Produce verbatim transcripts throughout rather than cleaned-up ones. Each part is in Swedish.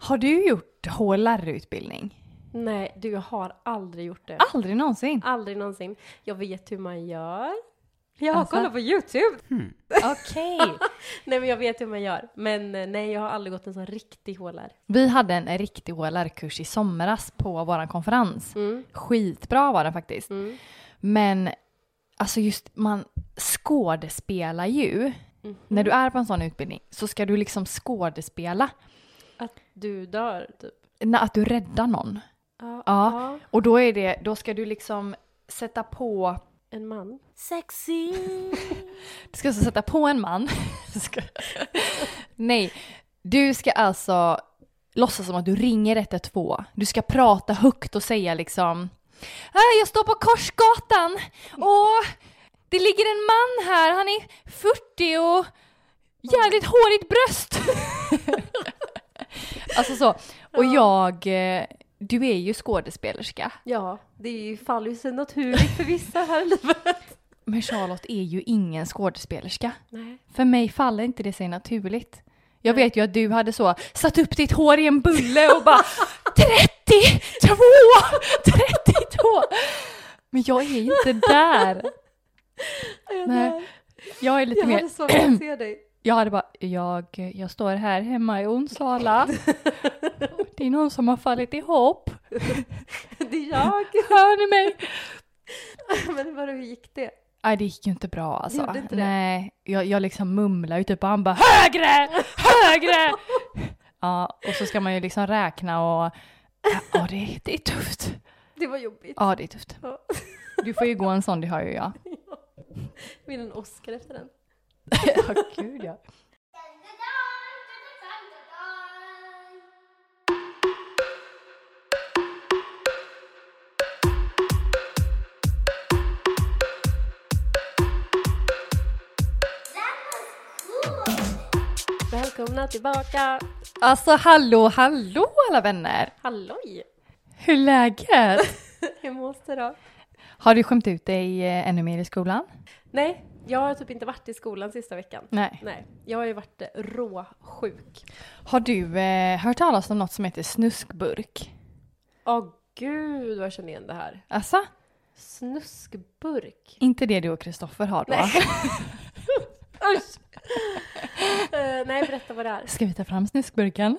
Har du gjort H L R-utbildning? Nej, du har aldrig gjort det. Aldrig någonsin? Aldrig någonsin. Jag vet hur man gör. Jag har Alltså? kollat på YouTube. Hmm. Okej. Okay. Nej, men jag vet hur man gör. Men nej, jag har aldrig gått en sån riktig H L R. Vi hade en riktig H L R-kurs i somras på våran konferens. Mm. Skitbra var den faktiskt. Mm. Men alltså just man skådespelar ju. Mm. När du är på en sån utbildning så ska du liksom skådespela. Att du dör, typ. Att du räddar någon. Ja. Ja. ja. Och då är det, då ska du liksom sätta på en man. Sexy. Du ska alltså sätta på en man. ska... Nej, du ska alltså låtsas som att du ringer ett ett två. Du ska prata högt och säga liksom: jag står på Korsgatan och det ligger en man här. Han är fyrtio och jävligt hårigt bröst. Alltså så. Och jag, du är ju skådespelerska. Ja, det faller ju sig naturligt för vissa här i livet. Men Charlotte är ju ingen skådespelerska. Nej. För mig faller inte det sig naturligt. Jag vet ju att du hade så satt upp ditt hår i en bulle och bara trettiotvå, trettiotvå. Men jag är inte där. Jag, Nej. Jag är lite jag mer... hade så att se dig. Jag hade bara, jag, jag står här hemma i Onsala. Det är någon som har fallit ihop. Det är jag. Hör ni mig? Men vad, hur gick det? Nej, det gick ju inte bra alltså. Det gjorde inte det. Nej, jag, jag liksom mumlar ju typ och han bara högre, högre. Ja, och så ska man ju liksom räkna och ja, det, det är tufft. Det var jobbigt. Ja, det är tufft. Ja. Du får ju gå en sån, det har ju jag. Ja. Jag vill en Oscar efter den. Ja, gud ja. Välkomna tillbaka. Alltså hallå, hallå alla vänner. Halloj. Hur är läget? Hur måste då? Har du skämt ut dig eh, ännu mer i skolan? Nej, jag har typ inte varit i skolan sista veckan. Nej. Nej, jag har ju varit eh, råsjuk. Har du eh, hört talas om något som heter snuskburk? Åh oh, gud vad jag känner igen det här. Alltså? Snuskburk. Inte det du och Kristoffer har då? Nej. Usch. uh, nej, berätta vad det är. Ska vi ta fram snuskburken?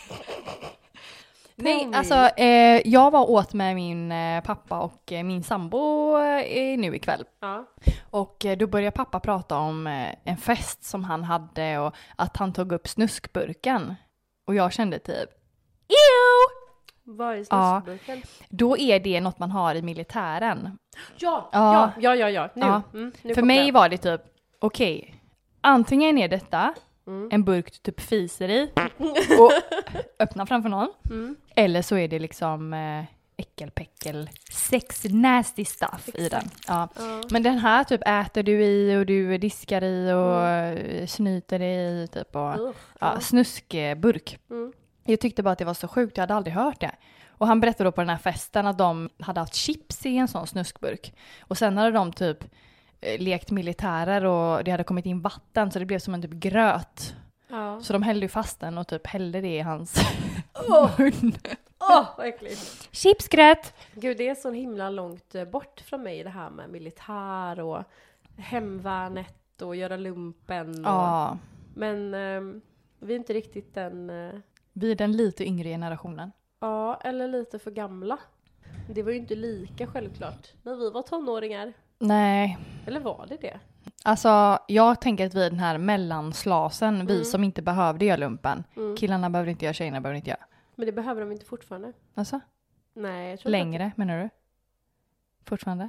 Nej, me. alltså eh, jag var åt med min eh, pappa och eh, min sambo eh, nu ikväll. Ja. Och eh, då började pappa prata om eh, en fest som han hade och att han tog upp snuskburken. Och jag kände typ, ew! Vad är snuskburken? Ja, då är det något man har i militären. Ja, Ja. ja, ja, ja, ja. Nu. Ja. Mm, nu För kopplar mig jag. var det typ, okej, okay, antingen är detta Mm. en burk du typ fiser i och öppnar framför någon. Mm. Eller så är det liksom eh, äckelpäckel, sex nasty stuff Exakt. i den. Ja. Ja. Men den här typ äter du i och du diskar i och mm. snyter i typ. Och, Uh, ja, ja. snuskburk. Mm. Jag tyckte bara att det var så sjukt, jag hade aldrig hört det. Och han berättade då på den här festen att de hade haft chips i en sån snuskburk. Och sen hade de typ lekt militärer och det hade kommit in vatten så det blev som en typ gröt. Ja. Så de hällde ju fast den och typ hällde det i hans Åh, mun. oh, vad äckligt. Chipsgröt! Gud, det är så himla långt eh, bort från mig det här med militär och hemvärnet och göra lumpen. Och... Ja, Men eh, vi är inte riktigt den... Eh... vi är den lite yngre generationen. Ja, eller lite för gamla. Det var ju inte lika självklart när vi var tonåringar. Nej, Eller var det det? alltså jag tänker att vi är den här mellanslasen, Mm. vi som inte behövde göra lumpen. Mm. Killarna behöver inte göra, tjejerna behöver inte göra. Men det behöver de inte fortfarande. Alltså, Nej, jag tror längre menar du? Fortfarande?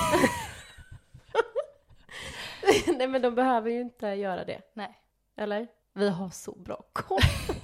inte. Nej, men de behöver ju inte göra det. Nej. Eller? Vi har så bra koll.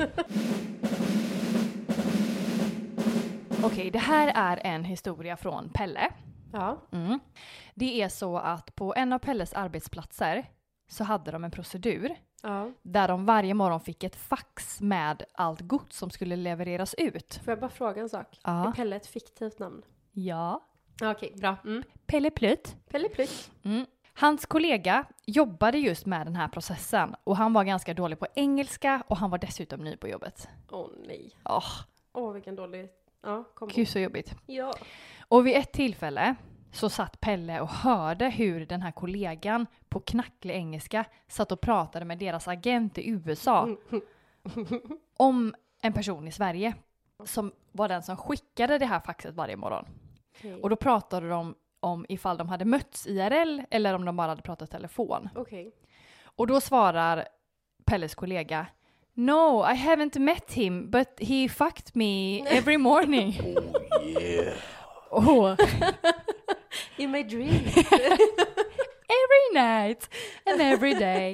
Okej, det här är en historia från Pelle. Ja. Mm. Det är så att på en av Pelles arbetsplatser så hade de en procedur Ja. där de varje morgon fick ett fax med allt gods som skulle levereras ut. Får jag bara fråga en sak? Ja. Är Pelle ett fiktivt namn? Ja. Ja, okej, bra. Mm. Pelle Plutt. Pelle Plutt. Mm. Hans kollega jobbade just med den här processen och han var ganska dålig på engelska och han var dessutom ny på jobbet. Åh oh, nej. Åh, Åh oh, vilken dålig... Ja, kom gud så jobbigt. Ja. Och vid ett tillfälle så satt Pelle och hörde hur den här kollegan på knacklig engelska satt och pratade med deras agent i U S A om en person i Sverige som var den som skickade det här faxet varje morgon. Okay. Och då pratade de om ifall de hade mötts I R L eller om de bara hade pratat telefon. Okay. Och då svarar Pelles kollega: No, I haven't met him, but he fucked me every morning. Oh yeah. Oh. In my dreams. Every night and every day.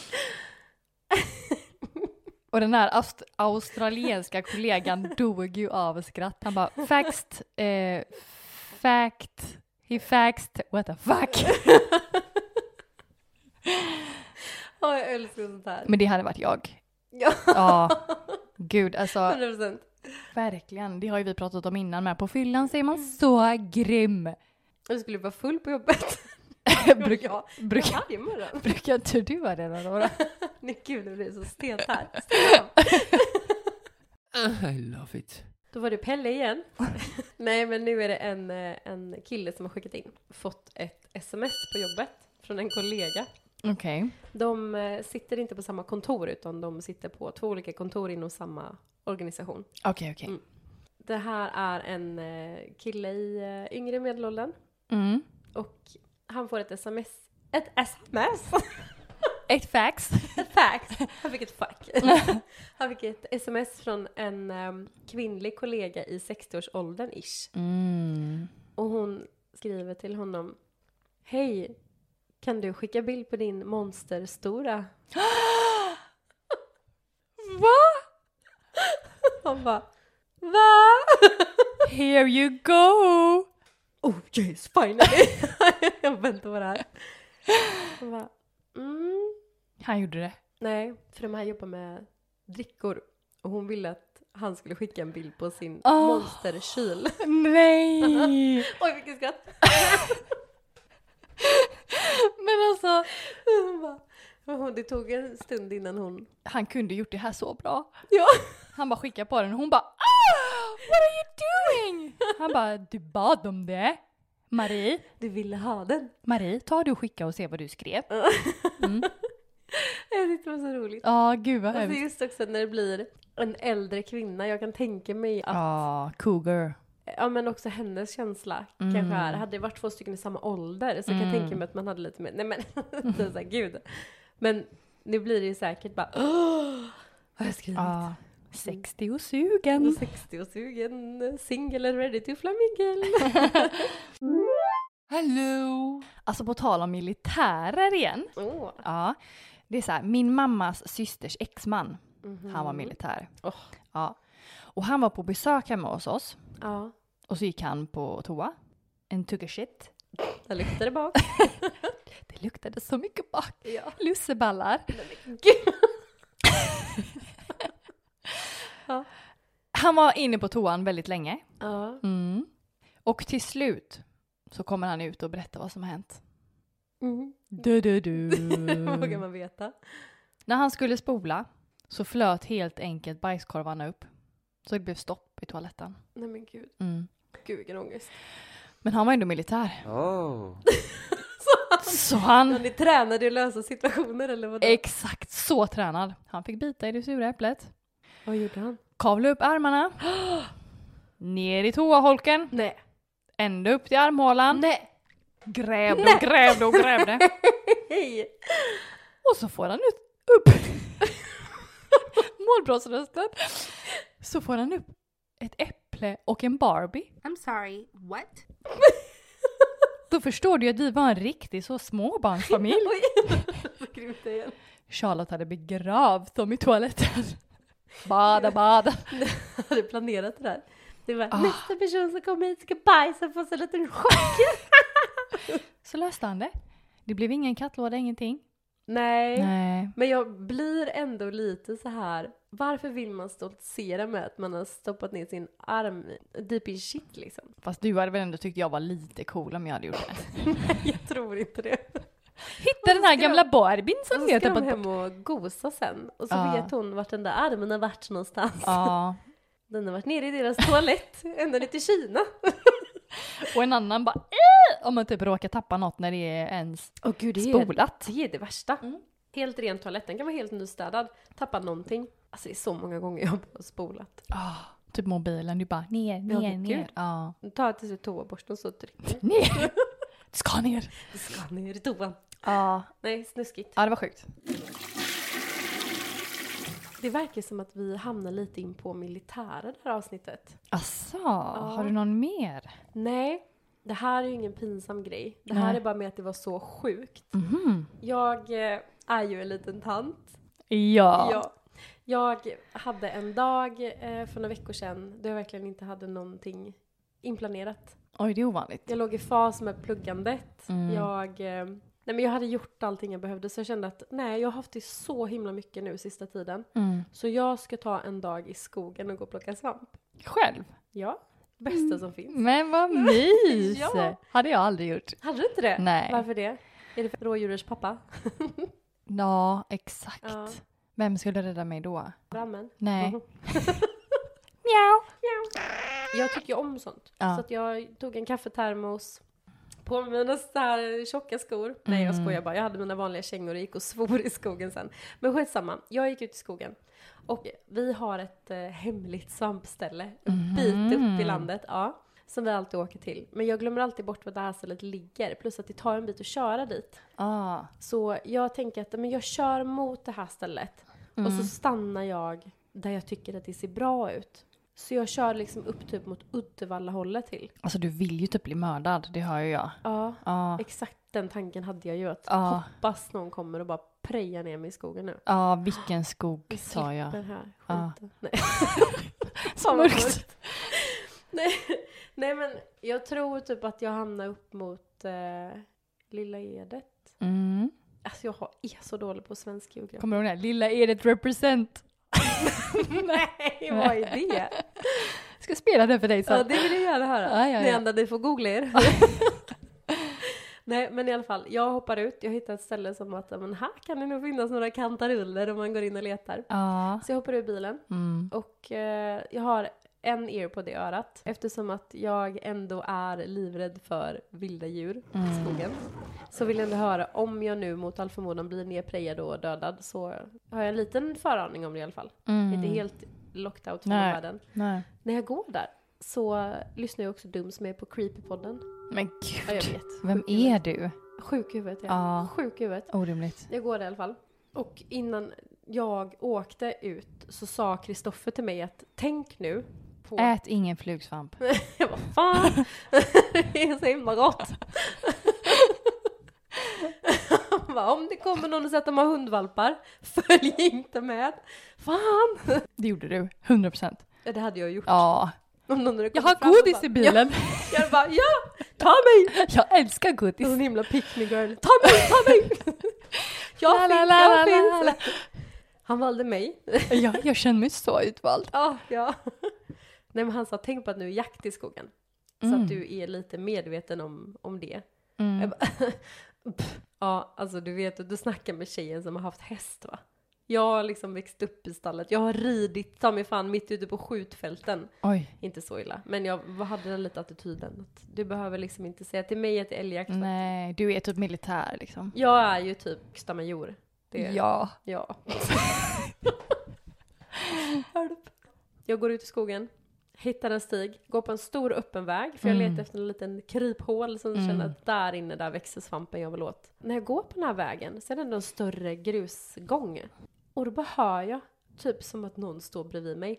Och den här aust- australienska kollegan dog ju av skratt. Han bara, faxt, eh, fact, he faxed, what the fuck. Ja, jag älskar sånt här. Men det hade varit jag. Ja. Ja, gud alltså. hundra procent. Verkligen, det har ju vi pratat om innan med. På fyllan så är man så grym. Jag skulle vara full på jobbet. Bruk, ja, bruk, ja, varje morgon. brukar inte du vara det då? då? Nej gud, det blir så stelt här. I love it. Då var det Pelle igen. Nej, men nu är det en, en kille som har skickat in. Fått ett sms på jobbet från en kollega. Okej. Okay. De eh, sitter inte på samma kontor utan de sitter på två olika kontor inom samma organisation. Okej, okay, okej. Okay. Mm. Det här är en eh, kille i eh, yngre medelåldern. Mm. Och han får ett sms. Ett sms? Ett fax. Ett fax. Han fick ett fack. Han fick ett sms från en um, kvinnlig kollega i sextio-årsåldern ish. Mm. Och hon skriver till honom: Hej, kan du skicka bild på din monsterstora? Va? Han bara, va? Here you go! Oh yes, finally! Jag väntar på det här. Han bara, mm. Han gjorde det. Nej, för de här jobbar med drickor. Och hon ville att han skulle skicka en bild på sin oh. monsterkyl. Nej! Oj, vilken skratt! Men alltså... Det tog en stund innan hon... Han kunde gjort det här så bra. Ja. Han bara skickade på den och hon bara, ah, what are you doing? Han bara, du bad om det. Marie. Du ville ha den. Marie, ta du och skicka och se vad du skrev. Mm. Jag tyckte det var så roligt. Ja, gud vad hemskt. hemskt. Just också när det blir en äldre kvinna. Jag kan tänka mig att... Ja, cougar. Ja, men också hennes känsla Mm. kanske är. Hade det varit två stycken i samma ålder så mm. kan jag tänka mig att man hade lite mer... Nej men, det är så här, gud. Men nu blir det ju säkert bara... Åh, vad jag skrivit. Ja, sextio och sugen. sextio och sugen. Single and ready to flamingel. Hello. Alltså på tal om militärer igen. Oh. Ja, det är så här, min mammas systers exman. Mm-hmm. Han var militär. Oh. Ja. Och han var på besök hemma hos oss. Ja. Och så gick han på toa. En took a shit. Där luktade det bak. Det luktade så mycket bak. Ja. Lusseballar. Ja. Han var inne på toan väldigt länge. Ja. Mm. Och till slut så kommer han ut och berättar vad som har hänt. Mm. Du, du, du. Vad kan man veta? När han skulle spola så flöt helt enkelt bajskorvarna upp. Så det blev stopp i toaletten. Nej men gud. Mm. Gud vilken ångest. Men han var ändå militär. Oh. Så han... Ja, ni tränade att lösa situationer eller vad? Exakt, så tränad. Han fick bita i det sura äpplet. Vad gjorde han? Kavla upp armarna. Ner i toaholken. Nej. Ända upp till armhålan. Nej. Grävde Nej. och grävde och grävde. Hej. Och så får han ut, upp. Målbrottsrösten. Så får han upp ett äpple och en Barbie. I'm sorry, what? Då förstår du att vi var en riktig så småbarnsfamilj. Oj. Så grymt det igen. Charlotte hade begravt dem i toaletten. Bada, bada. Jag hade planerat det där. Det var Ah. nästa person som kommer hit ska bajsa på sig en liten chock. Så löste han det. Det blev ingen kattlåda, ingenting. Nej. Nej. Men jag blir ändå lite så här. Varför vill man stoltsera med att man har stoppat ner sin arm deep in shit liksom? Fast du hade väl ändå tyckt jag var lite cool om jag hade gjort det. Nej, jag tror inte det. Hitta den här ska gamla Barbien Och som så letar ska på de ett hem och gosa sen. Och så Ja. vet hon vart den där armen har varit någonstans. Ja. Den har varit nere i deras toalett ända ner till Kina. Och en annan bara äh! Om man typ råkar tappa något när det är ens Åh gud, det är, spolat. det är det värsta. Mm. Helt ren toalett, den kan vara helt nystädad. Tappa någonting. Alltså det är så många gånger jag har spolat. Ah, typ mobilen, du bara ner, Ja, ner, gud. ner. Ja. Nu tar jag till sig toaborsten så trycker Ner! Du ska ner. det ska ner i toan. Ja. Nej, snuskigt. Ja, det var sjukt. Det verkar som att vi hamnar lite in på militären det här avsnittet. Asså, har du någon mer? Nej, det här är ju ingen pinsam grej. Det här Nej. är bara med att det var så sjukt. Mhm. Jag eh, är ju en liten tant. Ja. Ja. Jag hade en dag eh, för några veckor sedan då jag verkligen inte hade någonting inplanerat. Oj, det är ovanligt. Jag låg i fas med pluggandet. Mm. Jag, eh, nej men jag hade gjort allting jag behövde så jag kände att nej, jag har haft det så himla mycket nu sista tiden. Mm. Så jag ska ta en dag i skogen och gå och plocka svamp. Själv? Ja, bästa som finns. Men vad mys! Ja. Hade jag aldrig gjort. Hade du inte det? Nej. Varför det? Är det för rådjurets pappa? Ja, exakt. Ja. Vem skulle rädda mig då? Brandmän? Nej. Mhm. Mjau. Jag tycker ju om sånt. Ja. Så att jag tog en kaffetermos på mina så här tjocka skor. Nej, jag Mm. skojar bara. Jag hade mina vanliga kängor och gick och svor i skogen sen. Men skitsamma. Jag gick ut i skogen. Och vi har ett eh, hemligt svampställe. En bit upp i landet. Ja. Som vi alltid åker till. Men jag glömmer alltid bort var det här stället ligger. Plus att det tar en bit att köra dit. Ah. Så jag tänker att men jag kör mot det här stället. Mm. Och så stannar jag där jag tycker att det ser bra ut. Så jag kör liksom upp typ mot Uddevalla-hållet till. Alltså du vill ju typ bli mördad, det hör ju jag. Ja, Ja, exakt den tanken hade jag ju. Att Ja. hoppas någon kommer och bara prejar ner mig i skogen nu. ja vilken skog Vi sa jag. slipper här Ja. skiten. Nej. Fan vad Mörkt. mörkt. Nej. Nej men jag tror typ att jag hamnar upp mot eh, Lilla Edet. Mm. Alltså jag har- är så dålig på svensk geografi. Kommer du ihåg det? Lilla Edith represent. Nej, vad är det? Jag ska spela det för dig sen. Ja, det vill jag gärna höra. Ja, ja, Ni ja. andra, ni får googla er. Nej, men i alla fall. Jag hoppar ut. Jag hittar ett ställe som att men här kan det nog finnas några kantaruller om man går in och letar. Ja. Så jag hoppar ur bilen. Mm. Och eh, jag har en ear på det örat. Eftersom att jag ändå är livrädd för vilda djur i Mm. skogen. Så vill jag ändå höra om jag nu mot all förmodan blir nerprejad och dödad. Så har jag en liten föraning om det i alla fall. Mm. Inte helt locked out från Nej. världen. Nej. När jag går där så lyssnar jag också dum som är på Creepypodden. Men Ja, jag gud. vet. Vem Sjuk i är huvudet. du? Sjuk i huvudet, ja. Ja. Sjuk i huvudet. Orimligt. Jag går där i alla fall. Och innan jag åkte ut så sa Kristoffer till mig att tänk nu på... Ät ingen flugsvamp. Jag bara, fan! Det är så himla gott. Han bara, om det kommer någon och säger att de har hundvalpar, följ inte med. Fan! Det gjorde du. hundra procent. Ja, det hade jag gjort. Ja. Om någon hade Jag kommit har fram och godis bara, i bilen. Ja, jag bara, ja! Ta mig! Jag älskar godis. En himla pick me girl. Ta mig, ta mig! Jag La, la, finns, la, jag la, la, la. finns! Han valde mig. Ja, jag känner mig så utvald. Ja, ja. Nej, men han sa, tänk på att nu är jakt i skogen. Så Mm. att du är lite medveten om, om det. Mm. Jag bara, pff, ja, alltså du vet, du snackar med tjejen som har haft häst va? Jag har liksom växt upp i stallet. Jag har ridit, ta mig fan, mitt ute på skjutfälten. Oj. Inte så illa. Men jag hade den lite attityden. Att du behöver liksom inte säga till mig att det är älgjakt. för att Nej, du är typ militär liksom. Jag är ju typ högsta major. Det är, Ja. Ja. Hjälp. Jag går ut i skogen, hittar en stig, går på en stor öppen väg. För jag Mm. letar efter en liten kryphål som Mm. känner att där inne där växer svampen jag vill åt. När jag går på den här vägen så är det ändå en större grusgång. Och då bara hör jag typ som att någon står bredvid mig.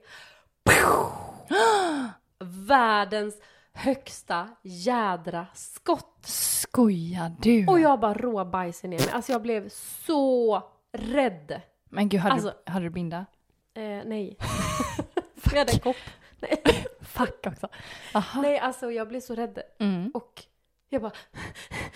Världens högsta jädra skott. Skojar du? Och jag bara råbajsade ner mig. Alltså jag blev så rädd. Men gud, hade, Alltså- du, hade du binda? Eh, nej. Jag hade en kopp. Nej. Fuck också. Aha. nej, alltså jag blev så rädd. Mm. Och jag bara...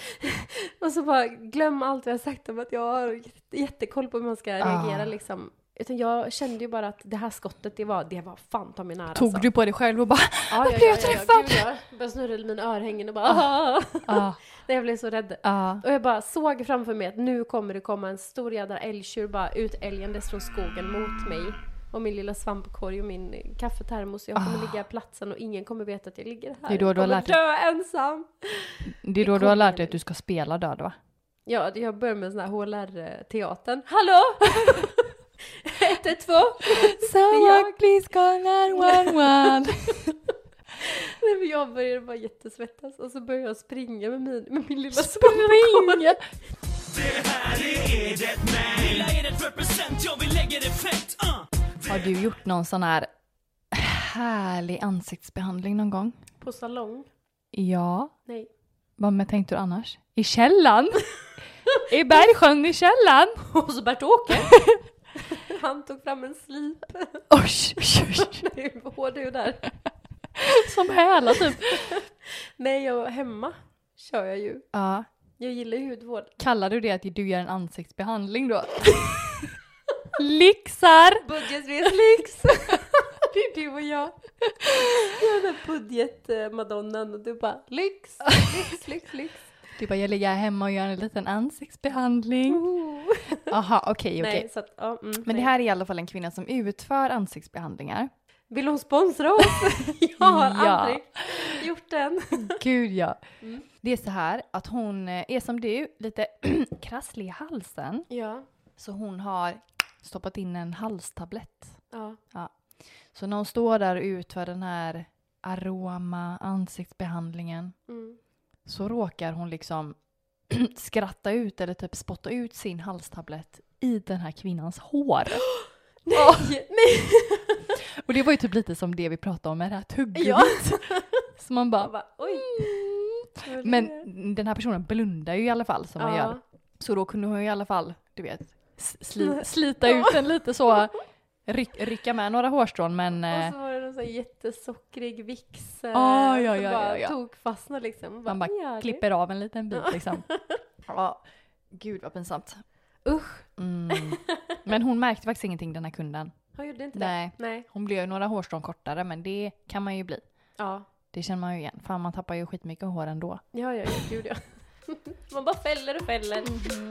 och så bara glöm allt vad jag sagt om att jag har jättekoll på hur man ska Ah. reagera liksom. Utan jag kände ju bara att det här skottet, det var, det var fan ta mig nära. Tog alltså. du på dig själv och bara, Ja, vad ja, blev ja, jag ja, träffad? Gud, jag började snurra i mina örhängen och bara, ah. Ja, Nej, jag blev så rädd. ja. Och jag bara såg framför mig att nu kommer det komma en stor jädra älgtjur bara utälgandes från skogen mot mig. Och min lilla svampkorg och min kaffetermos. Jag kommer Ah. ligga på platsen och ingen kommer veta att jag ligger här. Det är då jag du har kommer lärt dig- dö ensam. Det är då Det du har lärt kommer dig nu. att du ska spela död, va? Ja, det- jag börjar med sån här H L R-teatern. Hallå! ett ett två. Someone please call nine one one. Nej, men jag började bara jättesvettas. Och så började jag springa med min, med min lilla Springa! Det här är Edet man. Lilla Edet represent, jag vill lägga det fett. Uh. Har du gjort någon sån här härlig ansiktsbehandling någon gång? På salong? Ja. Nej. Vad med tänkte du annars? I källan? I Bergsjön i källan? Och så Bert-Åke. Han tog fram en slip. Oj, oj, oj. Hur hård är du där? Som hälar typ. Nej, jag hemma kör jag ju. Ja. Jag gillar ju hudvård. Kallar du det att du gör en ansiktsbehandling då? Lixar! Budgetreslix. Det är du och jag. Jag är den där budget-madonnan och du bara lyx, lyx, lyx, lyx. Du bara, jag ligger hemma och gör en liten ansiktsbehandling. Oh. Aha, okej, okej. Nej, så att, ja, mm, Men nej. det här är i alla fall en kvinna som utför ansiktsbehandlingar. Vill hon sponsra oss? Jag har Ja. aldrig gjort den. Gud ja. Mm. Det är så här att hon eh, är som du, lite krasslig i halsen. Ja, Så hon har stoppat in en halstablett. ja. Så när hon står där och utför den här aroma ansiktsbehandlingen Mm. så råkar hon liksom skratta ut eller typ spotta ut sin halstablett i den här kvinnans hår. Nej, nej. Och det var ju typ lite som det vi pratade om med det här tuggummit. Ja. Så man bara, Jag bara, oj. men den här personen blundar ju i alla fall som man Ja. gör. Så då kunde hon ju i alla fall, du vet, sli, slita ut den lite så, ryck, rycka med några hårstrån, men Och eh, så var det någon sån här jättesockrig vix eh, Ah, ja, som ja, bara ja, ja. tog fastna liksom. Och man bara "Ja, det." klipper av en liten bit liksom. Ja, gud vad pinsamt. Usch. Mm. Men hon märkte faktiskt ingenting, den här kunden. Han gjorde inte Nej. det? Nej. Hon blev ju några hårstrån kortare, men det kan man ju bli. Ja. Det känner man ju igen. Fan, man tappar ju skitmycket hår ändå. Ja, ja, ja, gud ja. Man bara fäller och fäller.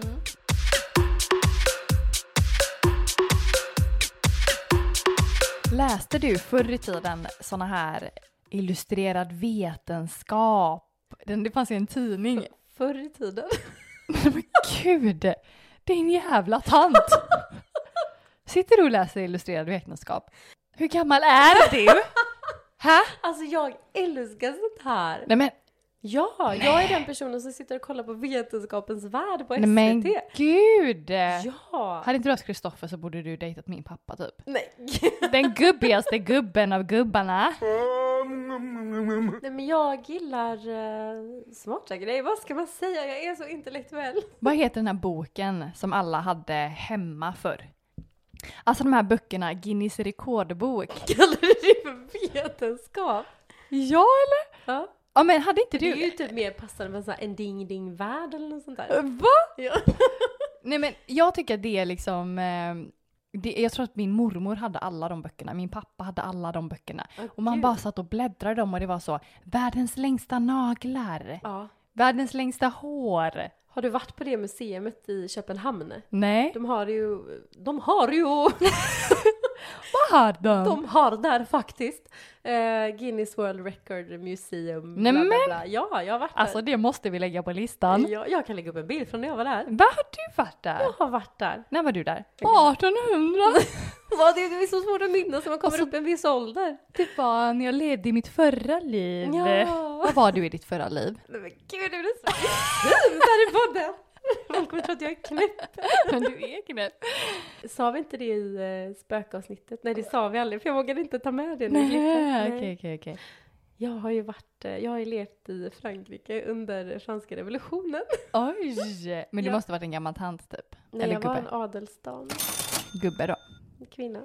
Läste du förr i tiden såna här illustrerad vetenskap? Den, det fanns ju en tidning. Förr i tiden. Men gud, din jävla tant. Sitter du och läser illustrerad vetenskap? Hur gammal är du? Hä? Alltså jag älskar sånt här. Nej men, Ja, jag är den personen som sitter och kollar på Vetenskapens värld på nej men S V T. gud. Ja. Hade inte du haft Kristoffer så borde du dejtat min pappa typ. Nej. Den gubbigaste gubben av gubbarna. Nej, men jag gillar uh, smarta grejer. Vad ska man säga? Jag är så intellektuell. Vad heter den här boken som alla hade hemma förr? Alltså de här böckerna, Guinness rekordbok. Kallar du det för vetenskap? Ja eller? Ja. Ja men hade inte Det är du... ju typ mer passande med så här en ding-ding-värld eller något sånt där. Va? Ja. Nej men jag tycker att det är liksom... Eh, det, jag tror att min mormor hade alla de böckerna. Min pappa hade alla de böckerna. Åh, Och man gud. bara satt och bläddrade dem och det var så. Världens längsta naglar. Ja. Världens längsta hår. Har du varit på det museet i Köpenhamn? Nej. De har ju... De har ju... Vad har de? De har där faktiskt eh, Guinness World Record Museum. Nej, bla, bla, men- bla. Ja, jag har varit Alltså där. det måste vi lägga på listan. Jag, jag kan lägga upp en bild från när jag var där. Vad har du varit där? Jag har varit där. När var du där? artonhundra. Vad, det är så svårt att minnas när man kommer Alltså- upp i en viss ålder. Det var när jag levde i mitt förra liv. Ja. Vad var du i ditt förra liv? Nej, men gud, det blir så fint här i podden. Folk kommer tro att jag är knäpp. Men du är knäpp. Sa vi inte det i eh, spökavsnittet? Nej, det sa vi aldrig, för jag vågade inte ta med det. när vi klippte. Nej, Nej. okej, okej, okej. Jag har ju varit, eh, jag har ju levt i Frankrike under franska revolutionen. Oj! Men du Ja. måste varit en gammal tant typ. Nej, Eller jag var gubbe. en adelsdam, Gubbe då. kvinna.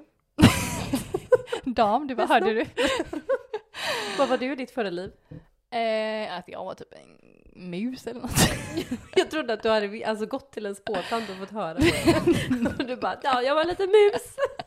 Dam, du vad hörde du? Vad var du i ditt förra liv? Eh, att jag var typ en mus eller något. Jag trodde att du hade alltså gått till en spåtant och fått höra det. Och du bara, ja, jag var lite mus.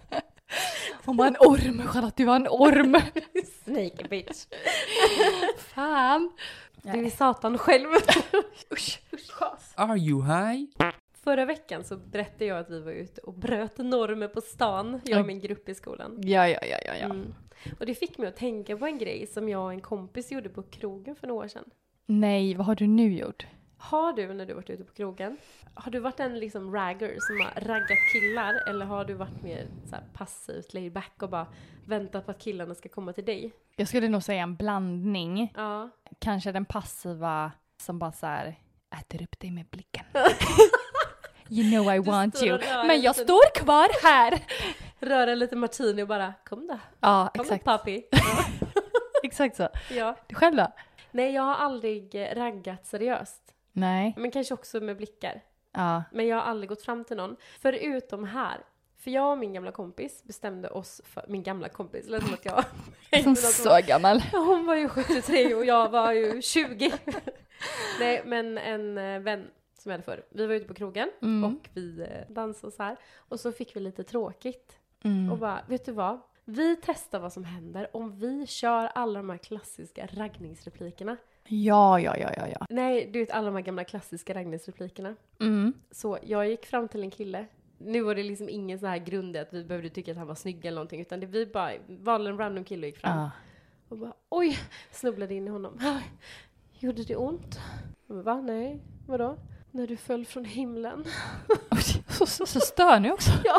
Hon var en orm, Charlotte, du var en orm. Snake bitch. Fan. Du är satan själv. Usch. Are you high? Förra veckan så berättade jag att vi var ute och bröt normer på stan. Jag och min grupp i skolan. Ja, ja, ja, ja, ja. Mm. Och det fick mig att tänka på en grej som jag och en kompis gjorde på krogen för några år sedan. Nej, vad har du nu gjort? Har du när du varit ute på krogen, har du varit en liksom ragger som har raggat killar, eller har du varit mer så här passivt laid back och bara väntat på att killarna ska komma till dig? Jag skulle nog säga en blandning. Ja. Kanske den passiva som bara så här äter upp dig med blicken. You know I Du want står you. och rör Men jag lite- står kvar här. Röra lite martini och bara, kom då, Ja, kom exakt. då papi. Exakt så. Ja. Du själv då? Nej, jag har aldrig eh, raggat seriöst. Nej. Men kanske också med blickar. Ja. Men jag har aldrig gått fram till någon. Förutom här. För jag och min gamla kompis bestämde oss för... Min gamla kompis, det lät som att jag... Som så gammal. Hon var ju sjuttiotre och jag var ju tjugo. Nej, men en eh, vän som jag hade förr. Vi var ute på krogen Mm. och vi eh, dansade så här. Och så fick vi lite tråkigt. Mm. Och bara, vet du vad? Vi testar vad som händer om vi kör alla de här klassiska raggningsreplikerna. Ja, ja, ja, ja, ja. Nej, du vet alla de här gamla klassiska raggningsreplikerna. Mm. Så jag gick fram till en kille. Nu var det liksom ingen så här grund att vi behövde tycka att han var snygg eller någonting. Utan det vi bara valde en random kille och gick fram. Ja. Och bara, oj, snubblade in i honom. Aj, gjorde det ont? Och bara, va? Nej, vadå? När du föll från himlen. Oj, Så, så, så stör ni också. Ja.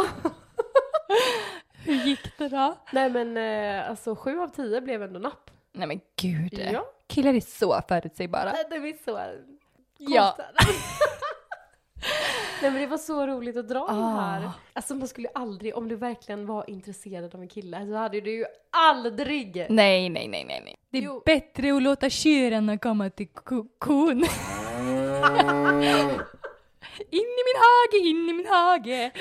Hur gick det då? Nej men eh, alltså sju av tio blev ändå napp. Nej men gud. Ja. Killar är så förutsägbara. Det är så Ja. Nej men det var så roligt att dra den här. Ah. Alltså man skulle ju aldrig, om du verkligen var intresserad av en kille, så hade du ju aldrig. Nej, nej, nej, nej, nej. Det är Jo. bättre att låta tjuren komma till ko- kon. In i min hage, in i min hage.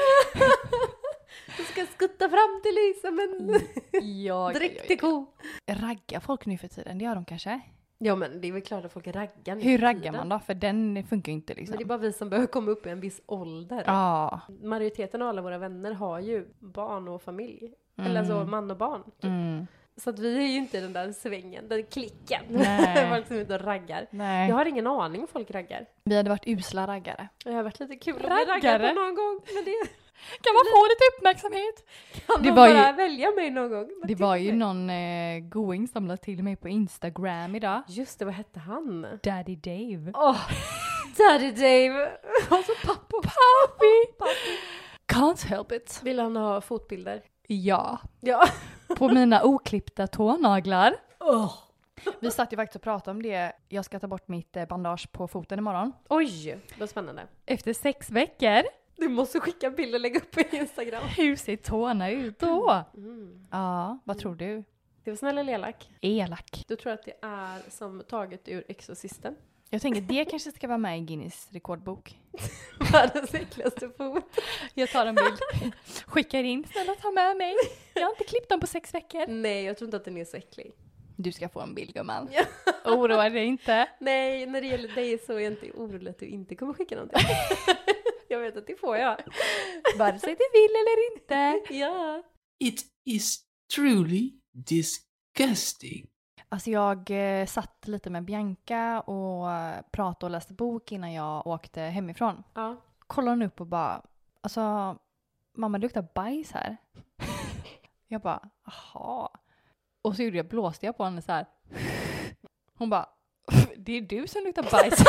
Du ska skutta fram till Lisa men Ja, direkt till ko. Raggar folk nu för tiden? Det gör de kanske. Ja men det är väl klart att folk raggar nu Hur för raggar tiden. man då? För den funkar ju inte liksom. Men det är bara vi som behöver komma upp i en viss ålder. Ja. Majoriteten av alla våra vänner har ju barn och familj. Mm. Eller alltså man och barn. Typ. Mm. Så att vi är ju inte i den där svängen, den klicken. Nej. Folk som inte raggar. Nej. Jag har ingen aning om folk raggar. Vi hade varit usla raggare. Det har varit lite kul att bli Raggare? raggad på någon gång. Men det Kan man få lite uppmärksamhet? kan Det man var bara ju- välja mig någon gång. Vad Det tycker var du? ju någon eh, going som lade till mig på Instagram idag. Just det, vad hette han? Daddy Dave. Åh, Daddy Dave. Alltså pappa. Papi! Can't help it. Vill han ha fotbilder? Ja. Ja. På mina oklippta tånaglar. Oh. Vi satt ju faktiskt och pratade om det. Jag ska ta bort mitt eh, bandage på foten imorgon. Oj, vad spännande. Efter sex veckor. Du måste skicka bild och lägga upp på Instagram. Hur ser tårna ut då? Mm. Ja, vad tror du? Det var snäll eller elak? Elak. Du tror att det är som taget ur Exorcisten? Jag tänker det kanske ska vara med i Guinness rekordbok. Världens äckligaste fot. Jag tar en bild. Skickar in. Snälla ta med mig. Jag har inte klippt dem på sex veckor. Nej, jag tror inte att den är så äcklig. Du ska få en bild gumman. Ja. Oroa dig inte. Nej, när det gäller dig så är jag inte orolig att du inte kommer skicka någonting. Jag vet att det får jag. Vare sig du vill eller inte. Ja. It is truly disgusting. Alltså jag eh, satt lite med Bianca och eh, pratade och läste bok innan jag åkte hemifrån. Ja. Kollade hon upp och bara, alltså mamma det luktar bajs här. Jag bara, aha. Och så gjorde jag, blåste jag på henne så här. Hon bara, det är du som luktar bajs.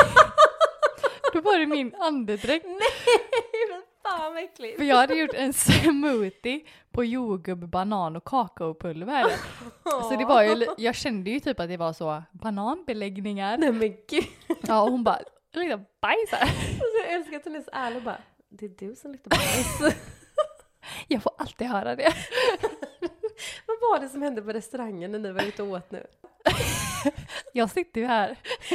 Då var det min andedräkt. Nej, men fan vad äckligt. För jag hade gjort en smoothie på jordgubb, banan och kakaopulver. Så det var ju, li- jag kände ju typ att det var så bananbeläggningar. Nej men gud. Ja, och hon bara, det luktar bajs här. Alltså, jag älskar att hon är så ärlig och bara, det är du som luktar bajs. Jag får alltid höra det. Vad var det som hände på restaurangen när ni var ute och åt nu? Jag sitter ju här.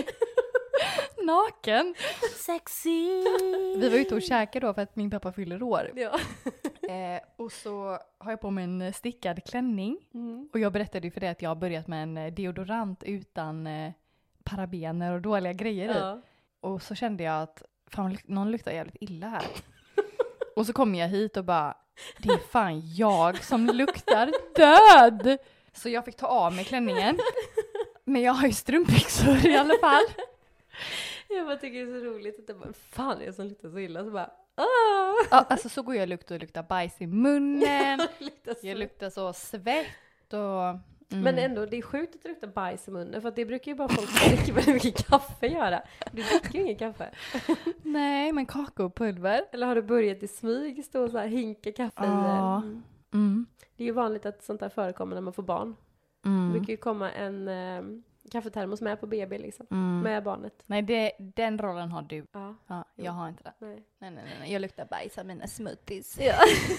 Naken. Sexy. Vi var ute och käkade då för att min pappa fyller år. Ja. Eh, och så har jag på mig en stickad klänning. Mm. Och jag berättade ju för det att jag har börjat med en deodorant utan eh, parabener och dåliga grejer i. Ja. Och så kände jag att fan, någon luktar jävligt illa här. Och så kom jag hit och bara, det är fan jag som luktar död. Så jag fick ta av mig klänningen. Men jag har ju strumpbyxor i alla fall. Jag bara tycker det är så roligt att det bara, fan är det som luktar så illa? Så bara, åh! Ja, alltså så går jag och luktar och luktar bajs i munnen. Luktar så. Jag luktar så svett och... Mm. Men ändå, det är sjukt att det luktar bajs i munnen. För att det brukar ju bara folk som dricker väldigt mycket kaffe göra. Du dricker ju ingen kaffe. Nej, men kakaopulver. Eller har du börjat i smyg stå och så här hinka kaffe i? Ja. Mm. Mm. Det är ju vanligt att sånt där förekommer när man får barn. Det Mm. brukar ju komma en eh, kaffetermos med på B B liksom. Mm. Med barnet. Nej, det, den rollen har du. Ja. Ja, jag har inte det. Nej. Nej, nej, nej, nej. Jag luktar bajs av mina smoothies. Ja.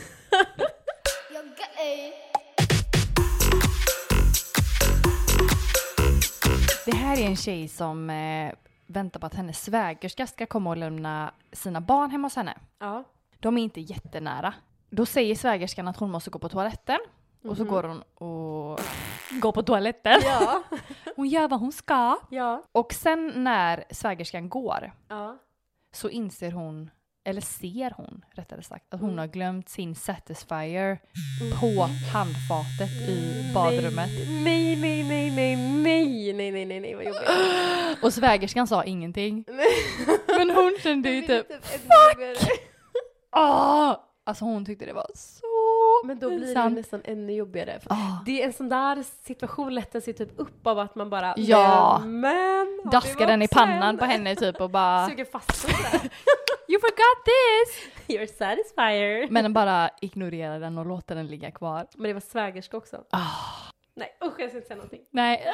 Det här är en tjej som eh, väntar på att hennes svägerska ska komma och lämna sina barn hemma hos henne. Ja. De är inte jättenära. Då säger svägerskan att hon måste gå på toaletten. Och så Mhm. går hon och går på toaletten. Ja. Hon gör vad hon ska. Ja. Och sen när svägerskan går Ja. så inser hon, eller ser hon rättare sagt, att hon Mm. har glömt sin Satisfyer på handfatet i badrummet. Nej, nej, nej, nej, nej, nej, nej, nej, nej, vad jobbigt. Och svägerskan sa ingenting. Men hon kände ju typ, Fuck! åh! Alltså hon tyckte det var så Men då blir det ju pinsamt. nästan ännu jobbigare. För Ah. det är en sån där situation lättar sig typ upp av att man bara Ja. men, men har Daskar vi den i också pannan en- på henne typ och bara Suger fast den sådär. You forgot this! You're satisfier. Men bara ignorerar den och låter den ligga kvar. Men det var svägerska också. Ah. Nej, usch jag ska inte säga någonting. Nej.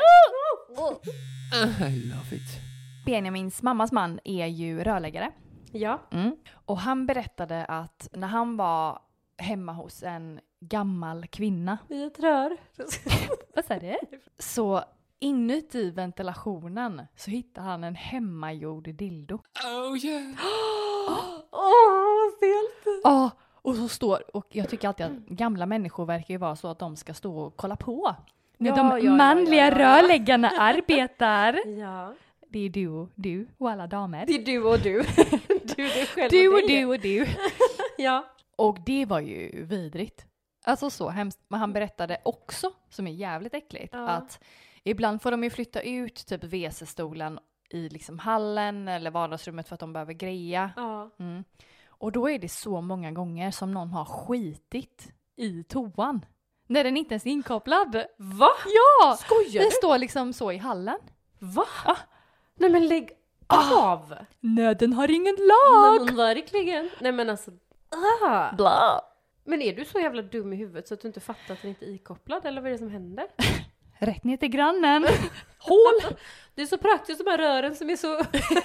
I love it. Benjamins mammas man är ju rörläggare. Ja. Mm. Och han berättade att när han var hemma hos en gammal kvinna. I ett rör. Vad sa du? Så inuti ventilationen så hittade han en hemmagjord dildo. Oh yeah. Åh, vad stelt. Ja, och så står, och jag tycker alltid att gamla människor verkar ju vara så att de ska stå och kolla på. När Ja, de ja, ja, manliga ja, ja. rörläggarna arbetar. Ja. Det är du och du och alla damer. Det är du och du. Du, du själv Du och dig. du och du. Ja. Och det var ju vidrigt. Alltså så hemskt. Men han berättade också, som är jävligt äckligt, Ja. att ibland får de ju flytta ut typ W C-stolen i liksom hallen eller vardagsrummet för att de behöver greja. Ja. Mm. Och då är det så många gånger som någon har skitit i toan. När den inte ens är inkopplad. Va? Ja! Skojar Det du? står liksom så i hallen. Va? Ah. Nej men lägg av! Nöden har ingen Nej lag! men verkligen. Nej men alltså. Ah. Bla. Men är du så jävla dum i huvudet så att du inte fattar att den inte är ikopplad? Eller vad är det som händer? Rätt ner till grannen. Hål! Det är så praktiskt, de här rören som är så...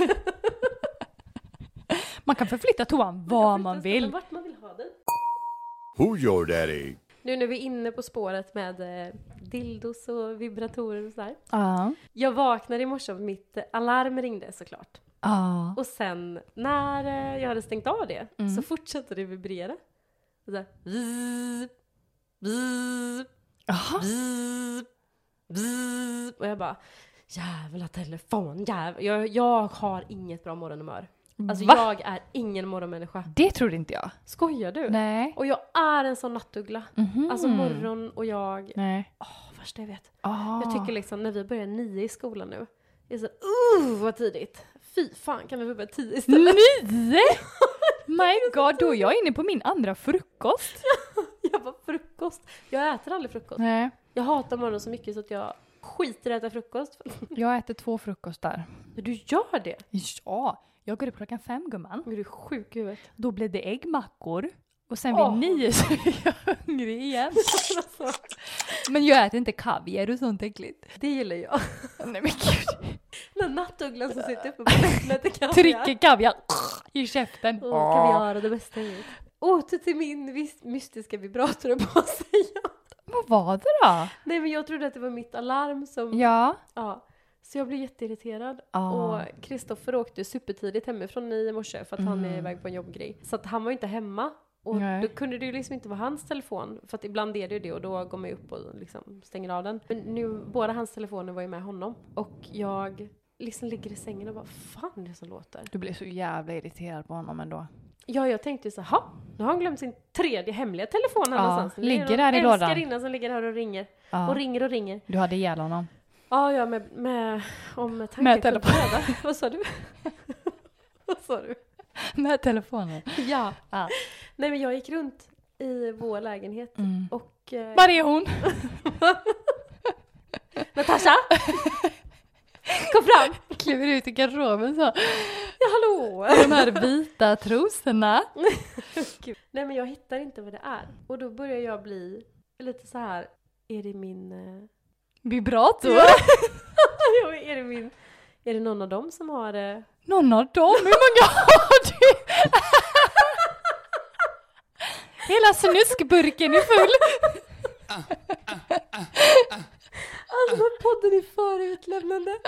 Man kan förflytta toan var man vill. Vart man vill ha den. Who's your daddy? Nu när vi är inne på spåret med eh, dildos och vibratorer och sådär. Ja. Jag vaknade i morse och mitt eh, alarm ringde såklart. Ja. Och sen när eh, jag hade stängt av det Mm. så fortsatte det vibrera. Och så här, bzzz, bzzz, Jaha. bzzz, bzzz. Och jag bara, jävla telefon, jävla. Jag, jag har inget bra morgonhumör. Alltså Va? jag är ingen morgonmänniska. Det trodde inte jag. Skojar du? Nej. Och jag är en sån nattuggla. Mhm. Alltså morgon och jag, Nej. åh värsta jag vet. Ah. Jag tycker liksom när vi börjar nio i skolan nu. Det är så, uh vad tidigt. Fy fan, kan vi börja tio istället? Nio? My god, då är jag inne på min andra frukost. Jag bara frukost. Jag äter aldrig frukost. Nej. Jag hatar morgonen så mycket så att jag skiter i att äta frukost. Jag äter två frukostar. Men du gör det? Ja, jag går upp klockan fem gumman. Men du är sjuk i huvudet. Då blir det äggmackor. Och sen Åh. vid nio så är jag hungrig igen. Alltså, Men jag äter inte kaviar och sånt äckligt. det gillar jag. Nej men gud. Den nattugglan som sitter uppe på äpplet i kaviar. Trycker kaviar i käften. Åh, kaviar är det bästa jag vet. Åter till min vis- mystiska vibrator på att säga. Vad var det då? Nej men jag trodde att det var mitt alarm som... Ja. Ja. Så jag blev jätteirriterad. Ah. Och Kristoffer åkte supertidigt hemifrån i morse för att han är Mm. iväg på en jobbgrej. Så att han var inte hemma. Och Nej. då kunde det ju liksom inte vara hans telefon. För att ibland är det ju det och då går man ju upp och liksom stänger av den. Men nu, båda hans telefoner var ju med honom. Och jag liksom ligger i sängen och bara, fan det som låter. Du blev så jävla irriterad på honom ändå. Ja, jag tänkte ju så här, "Ha, Nu har hon glömt sin tredje hemliga telefon här Ja, någonstans. Det är ligger någon där i lådan. älskarinna som ligger här och ringer. Ja. Och ringer och ringer. Du hade ihjäl honom. Ja, ja, med, med om tanken Med kunde telefon. rädda. Vad sa du? Vad sa du? Med telefonen. Ja. Ja. Nej, men jag gick runt i vår lägenhet Mm. och... Eh, Var är hon? Natasha! Kom fram! Kliver ut i garderoben så. Ja, hallå! De här vita trosorna. Gud. Nej, men jag hittar inte vad det är. Och då börjar jag bli lite så här. Är det min... Eh... Vibrator. ja, men är det min... Är det någon av dem som har... Eh... Någon av dem? Hur många har du? Hela snuskburken är full. Alltså, den podden är för utlämnande.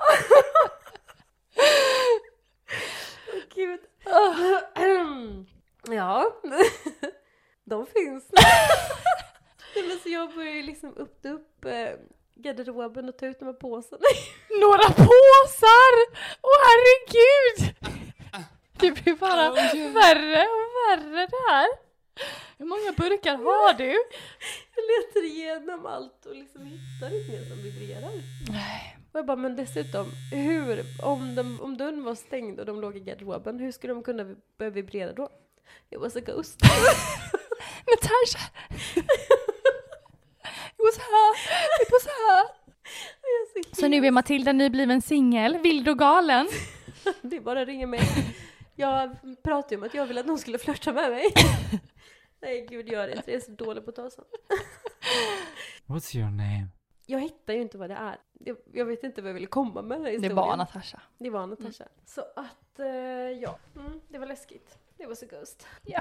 Åh, Gud. Ja. De finns. Men så jag börjar ju liksom öppna upp eh, garderoben och ta ut de här påsarna. Några påsar! Åh herregud! Det blir bara värre och värre där. Hur många burkar har du? Jag letar igenom allt och liksom hittar inget som vibrerar. Nej. Och jag bara, men dessutom, hur, om, de, om dörren var stängd och de låg i garderoben, hur skulle de kunna börja vibrera då? It was a ghost. Natasha! It was her! It was her! Så, Så nu är Matilda nybliven singel, vild och galen. det är bara att ringa mig. Jag pratade ju om att jag ville att någon skulle flörta med mig. Nej, gud, gör det inte. Jag är så dålig på att ta sånt. What's your name? Jag hittar ju inte vad det är. Jag, jag vet inte vad jag ville komma med den här Det historien. var Natasha. Det var Natasha. Mm. Så att, eh, ja. Mm, det var läskigt. Det var så ghost. Ja.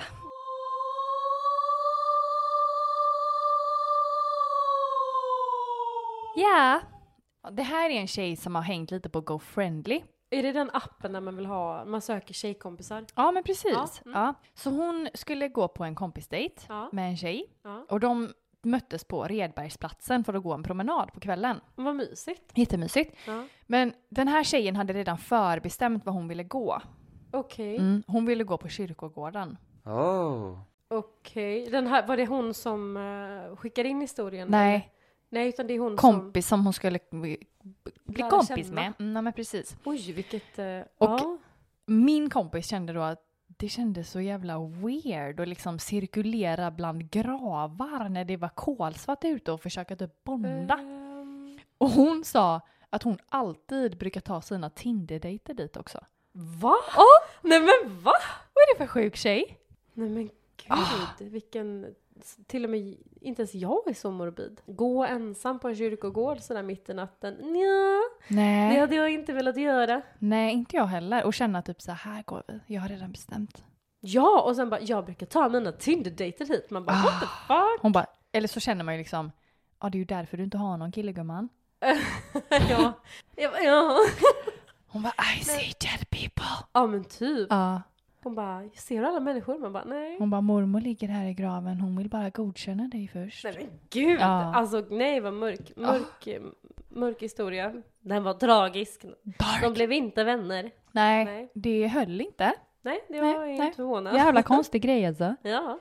Ja. Det här är en tjej som har hängt lite på GoFriendly. Är det den appen där man vill ha, man söker tjejkompisar? Ja, men precis. Ja, Ja, mm. Så hon skulle gå på en kompisdejt Ja. med en tjej. Ja. Och de möttes på Redbergsplatsen för att gå en promenad på kvällen. Vad mysigt. Jättemysigt. Ja. Men den här tjejen hade redan förbestämt vad hon ville gå. Okej. Mm. Hon ville gå på kyrkogården. Oh. Okej. Den här, var det hon som uh, skickar in historien? Nej, eller? Nej, utan det är hon kompis som hon skulle bli Lära kompis känna. med. Mm, ja, men precis. som... Oj, vilket... Uh, Och- ja. Min kompis kände då att det kändes så jävla weird att liksom cirkulera bland gravar när det var kolsvart ute och försöka typ bonda. Ehm, Och hon sa att hon alltid brukar ta sina Tinder-dejter dit också. va? Nej, men va? Vad är det för sjuk tjej? Nej, men gud. Ah. Vilken... Till och med inte ens jag är så morbid. Gå ensam på en kyrkogård sådär mitt i natten. Nja, det Nej, hade jag inte velat göra. nej, inte jag heller. Och känna typ så här går vi. Jag har redan bestämt. Ja, och sen bara, jag brukar ta mina Tinder-dejter hit. Man bara, Ah. what the fuck? Hon bara, eller så känner man ju liksom, ja det är ju därför du inte har någon kille gumman. ja. Jag bara, ja. Hon bara, I see dead people. Ja, men typ. Ja, Hon bara, ser du alla människor? Man bara, nej. hon bara, mormor ligger här i graven. Hon vill bara godkänna dig först. Nej men gud! Ja. Alltså nej vad mörk, mörk, mörk historia. Den var tragisk. Dark. De blev inte vänner. Nej, Nej. det höll inte. Nej, det Nej, var jag nej. inte förvånad. Jävla konstig grej alltså. Ja.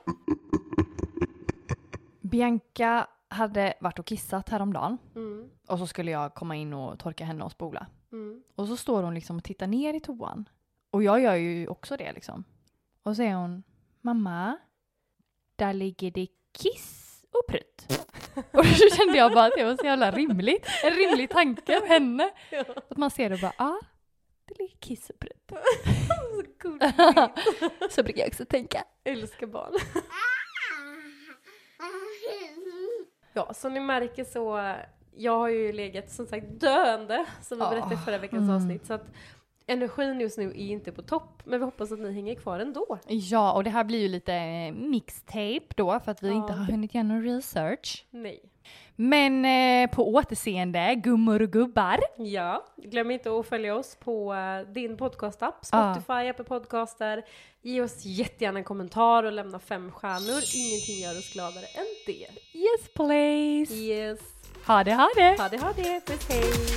Bianca hade varit och kissat häromdagen. Mm, Och så skulle jag komma in och torka henne och spola. mm. Och så står hon liksom och tittar ner i toan. Och jag gör ju också det liksom. Och så säger hon, mamma, där ligger det kiss och prutt. Och då kände jag bara att det var så jävla rimligt. En rimlig tanke av henne. Ja. Att man ser det och bara, ja, ah, det ligger kiss och prutt. Så gulligt. Så brukar jag också tänka. Älskar barn. Ja, som ni märker så, jag har ju legat som sagt döende, som vi Ja. berättade i förra veckans Mm. avsnitt. Så att energin just nu är inte på topp, men vi hoppas att ni hänger kvar ändå. Ja, och det här blir ju lite eh, mixtape då, för att vi Ja. inte har hunnit göra någon research. Nej. Men eh, på återseende, gummor och gubbar. Ja, glöm inte att följa oss på uh, din podcastapp, Ja. Spotify, Apple Podcaster. Ge oss jättegärna en kommentar och lämna fem stjärnor. Ingenting gör oss gladare än det. Yes, please. Yes. Ha det, ha det. Ha det, ha det. Puss, hej.